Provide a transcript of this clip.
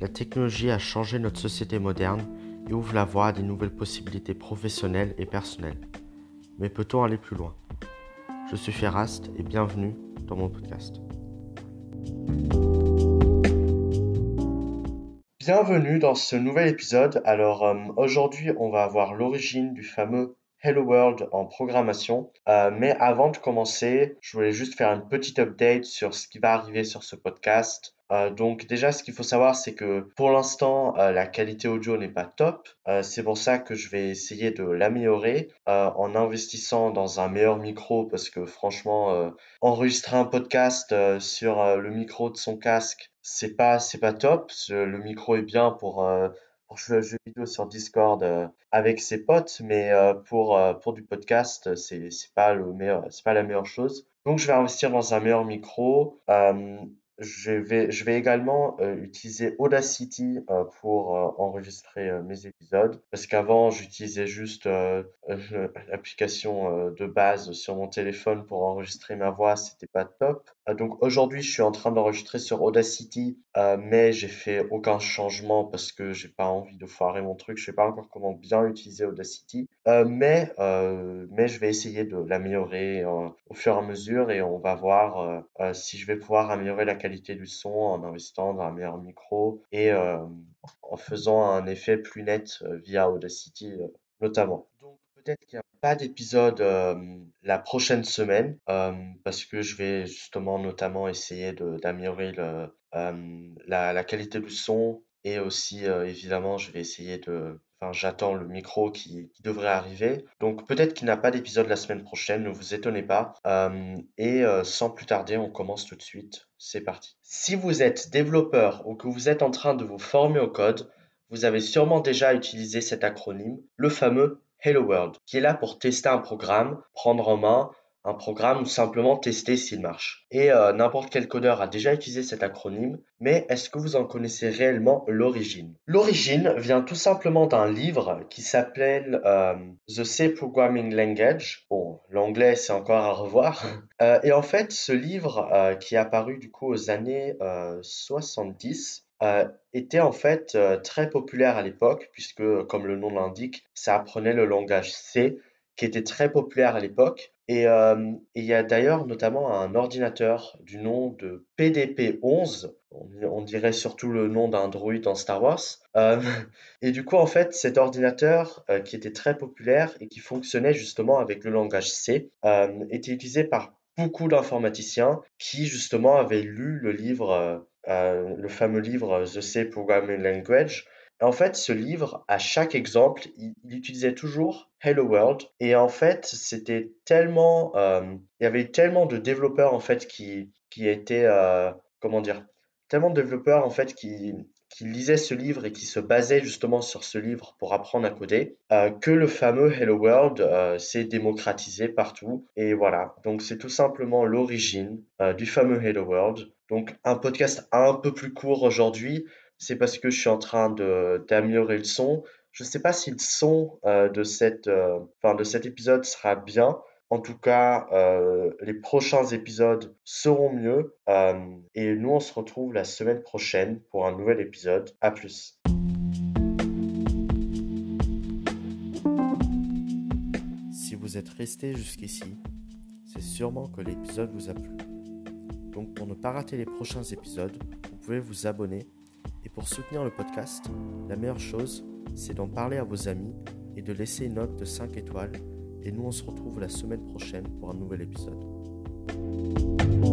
La technologie a changé notre société moderne et ouvre la voie à des nouvelles possibilités professionnelles et personnelles. Mais peut-on aller plus loin ? Je suis Ferrast et bienvenue dans mon podcast. Bienvenue dans ce nouvel épisode. Alors aujourd'hui, on va voir l'origine du fameux Hello World en programmation. Mais avant de commencer, je voulais juste faire une petite update sur ce qui va arriver sur ce podcast. Donc déjà, ce qu'il faut savoir, c'est que pour l'instant, la qualité audio n'est pas top. C'est pour ça que je vais essayer de l'améliorer en investissant dans un meilleur micro parce que franchement, enregistrer un podcast sur le micro de son casque, c'est pas top. Le micro est bien pour jouer aux jeux vidéo sur Discord avec ses potes, mais pour du podcast, c'est pas le meilleur, c'est pas la meilleure chose. Donc je vais investir dans un meilleur micro. Je vais également utiliser Audacity pour enregistrer mes épisodes parce qu'avant j'utilisais juste l'application de base sur mon téléphone pour enregistrer ma voix, c'était pas top. Donc aujourd'hui je suis en train d'enregistrer sur Audacity, mais j'ai fait aucun changement parce que j'ai pas envie de foirer mon truc, je sais pas encore comment bien utiliser Audacity. Mais je vais essayer de l'améliorer au fur et à mesure et on va voir si je vais pouvoir améliorer la qualité du son en investissant dans un meilleur micro et en faisant un effet plus net via Audacity notamment. Donc peut-être qu'il n'y a pas d'épisode la prochaine semaine parce que je vais justement notamment essayer d'améliorer la qualité du son et aussi évidemment je vais essayer enfin j'attends le micro qui devrait arriver. Donc peut-être qu'il n'y a pas d'épisode la semaine prochaine, ne vous étonnez pas. Et sans plus tarder, on commence tout de suite. C'est parti. Si vous êtes développeur ou que vous êtes en train de vous former au code, vous avez sûrement déjà utilisé cet acronyme, le fameux Hello World, qui est là pour tester un programme, prendre en main un programme ou simplement tester s'il marche. Et n'importe quel codeur a déjà utilisé cet acronyme, mais est-ce que vous en connaissez réellement l'origine? L'origine vient tout simplement d'un livre qui s'appelle The C Programming Language. Bon, l'anglais c'est encore à revoir. Et en fait, ce livre qui est apparu du coup aux années 70 était en fait très populaire à l'époque, puisque comme le nom l'indique, ça apprenait le langage C, qui était très populaire à l'époque. Et il y a d'ailleurs notamment un ordinateur du nom de PDP-11, on dirait surtout le nom d'un droïde dans Star Wars. Et du coup, en fait, cet ordinateur qui était très populaire et qui fonctionnait justement avec le langage C, était utilisé par beaucoup d'informaticiens qui justement avaient lu le livre, le fameux livre The C Programming Language. Et en fait, ce livre, à chaque exemple, il utilisait toujours Hello World. Et en fait, c'était tellement, il y avait tellement de développeurs en fait qui étaient, comment dire, tellement de développeurs en fait qui lisaient ce livre et qui se basaient justement sur ce livre pour apprendre à coder, que le fameux Hello World s'est démocratisé partout. Et voilà, donc c'est tout simplement l'origine du fameux Hello World. Donc un podcast un peu plus court aujourd'hui, c'est parce que je suis en train d'améliorer le son. Je ne sais pas si le son de cet épisode sera bien. En tout cas, les prochains épisodes seront mieux. Et nous, on se retrouve la semaine prochaine pour un nouvel épisode. À plus. Si vous êtes resté jusqu'ici, c'est sûrement que l'épisode vous a plu. Donc pour ne pas rater les prochains épisodes, vous pouvez vous abonner. Et pour soutenir le podcast, la meilleure chose, c'est d'en parler à vos amis et de laisser une note de 5 étoiles. Et nous, on se retrouve la semaine prochaine pour un nouvel épisode.